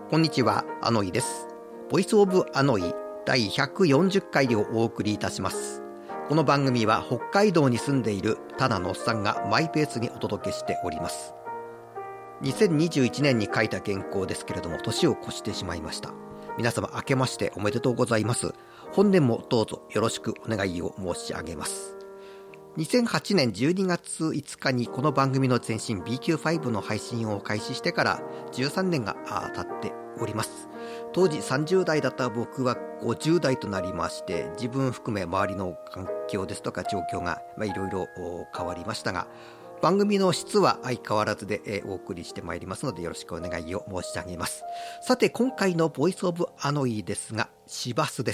こんにちは、アノイです。ボイスオブアノイ第140回をお送りいたします。この番組は北海道に住んでいるただのおっさんがマイペースにお届けしております。2021年に書いた原稿ですけれども、年を越してしまいました。皆様明けましておめでとうございます。本年もどうぞよろしくお願いを申し上げます。2008年12月5日にこの番組の前身 BQ5 の配信を開始してから13年が経っております。当時30代だった僕は50代となりまして、自分含め周りの環境ですとか状況がいろいろ変わりましたが、番組の質は相変わらずでお送りしてまいりますのでよろしくお願いを申し上げます。さて今回のボイスオブアノイですが、市バスです。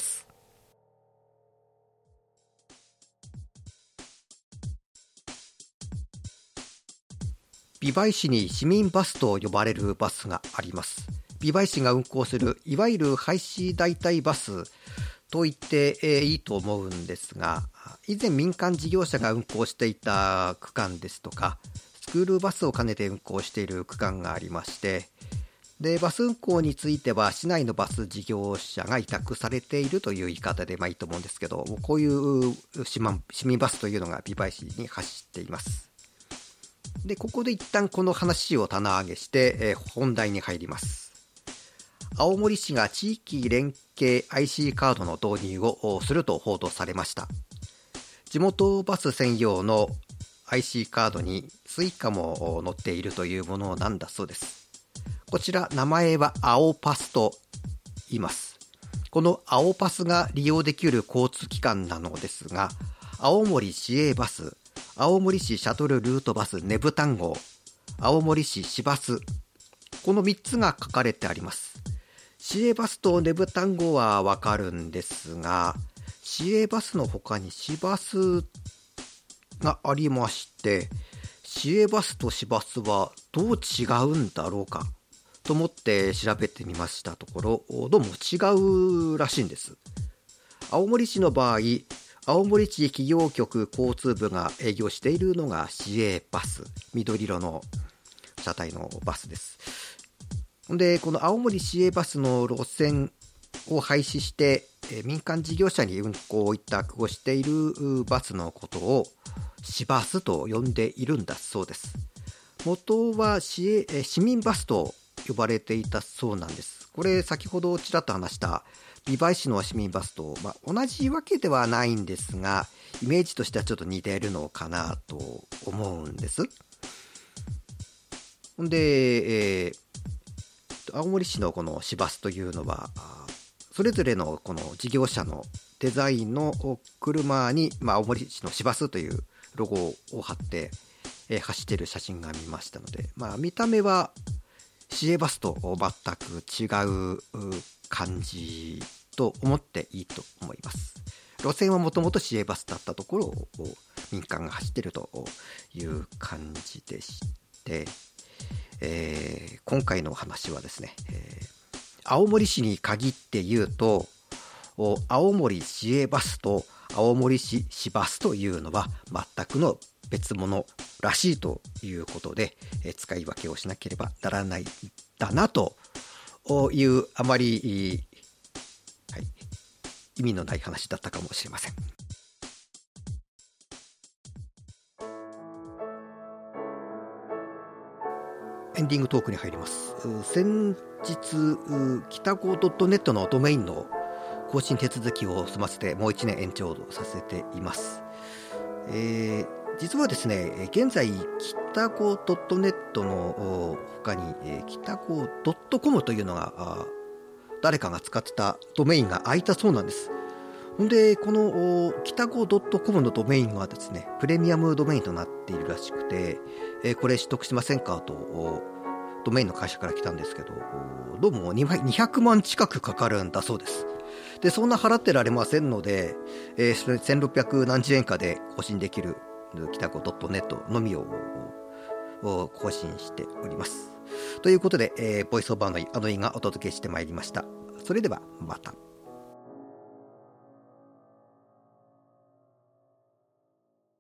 美唄市に市民バスと呼ばれるバスがあります。美唄市が運行するいわゆる廃止代替バスと言っていいと思うんですが、以前民間事業者が運行していた区間ですとか、スクールバスを兼ねて運行している区間がありまして、でバス運行については市内のバス事業者が委託されているという言い方でいいと思うんですけど、こういう市民バスというのが美唄市に走っています。でここで一旦この話を棚上げして、本題に入ります。青森市が地域連携 IC カードの導入をすると報道されました。地元バス専用の IC カードにスイカも載っているというものなんだそうです。こちら名前は青パスと言います。この青パスが利用できる交通機関なのですが、青森市営バス、青森市シャトルルートバスネブタン号、青森市市バス、この3つが書かれてあります。市営バスとネブタン号はわかるんですが、市営バスの他に市バスがありまして、市営バスと市バスはどう違うんだろうかと思って調べてみましたところ、どうも違うらしいんです。青森市の場合、青森市企業局交通部が営業しているのが市営バス、緑色の車体のバスです。でこの青森市営バスの路線を廃止して民間事業者に運行委託をしているバスのことを市バスと呼んでいるんだそうです。元は市民バスと呼ばれていたそうなんです。これ先ほどちらっと話した美唄市の市民バスと、同じわけではないんですが、イメージとしてはちょっと似ているのかなと思うんです。で、青森市のこの市バスというのはそれぞれのこの事業者のデザインの車に、青森市の市バスというロゴを貼って、走っている写真が見ましたので、見た目は市営バスと全く違う感じと思っていいと思います。路線はもともと市営バスだったところを民間が走っているという感じでして、今回のお話はですね、青森市に限って言うと、青森市営バスと青森市市バスというのは全くの別物らしいということで、使い分けをしなければならないんだなというあまり、意味のない話だったかもしれません。エンディングトークに入ります。先日北郷 .net のドメインの更新手続きを済ませてもう1年延長させています。実はですね、現在北郷 .net の他に北郷 .com というのが誰かが使ってたドメインが空いたそうなんです。でこの北郷 .com のドメインがですね、プレミアムドメインとなっているらしくて、これ取得しませんかとドメインの会社から来たんですけど、どうも200万近くかかるんだそうです。でそんな払ってられませんので、1600何十円かで更新できる北郷 .net のみを更新しております。ということで、ボイスオーバーのアノイがお届けしてまいりました。それではまた。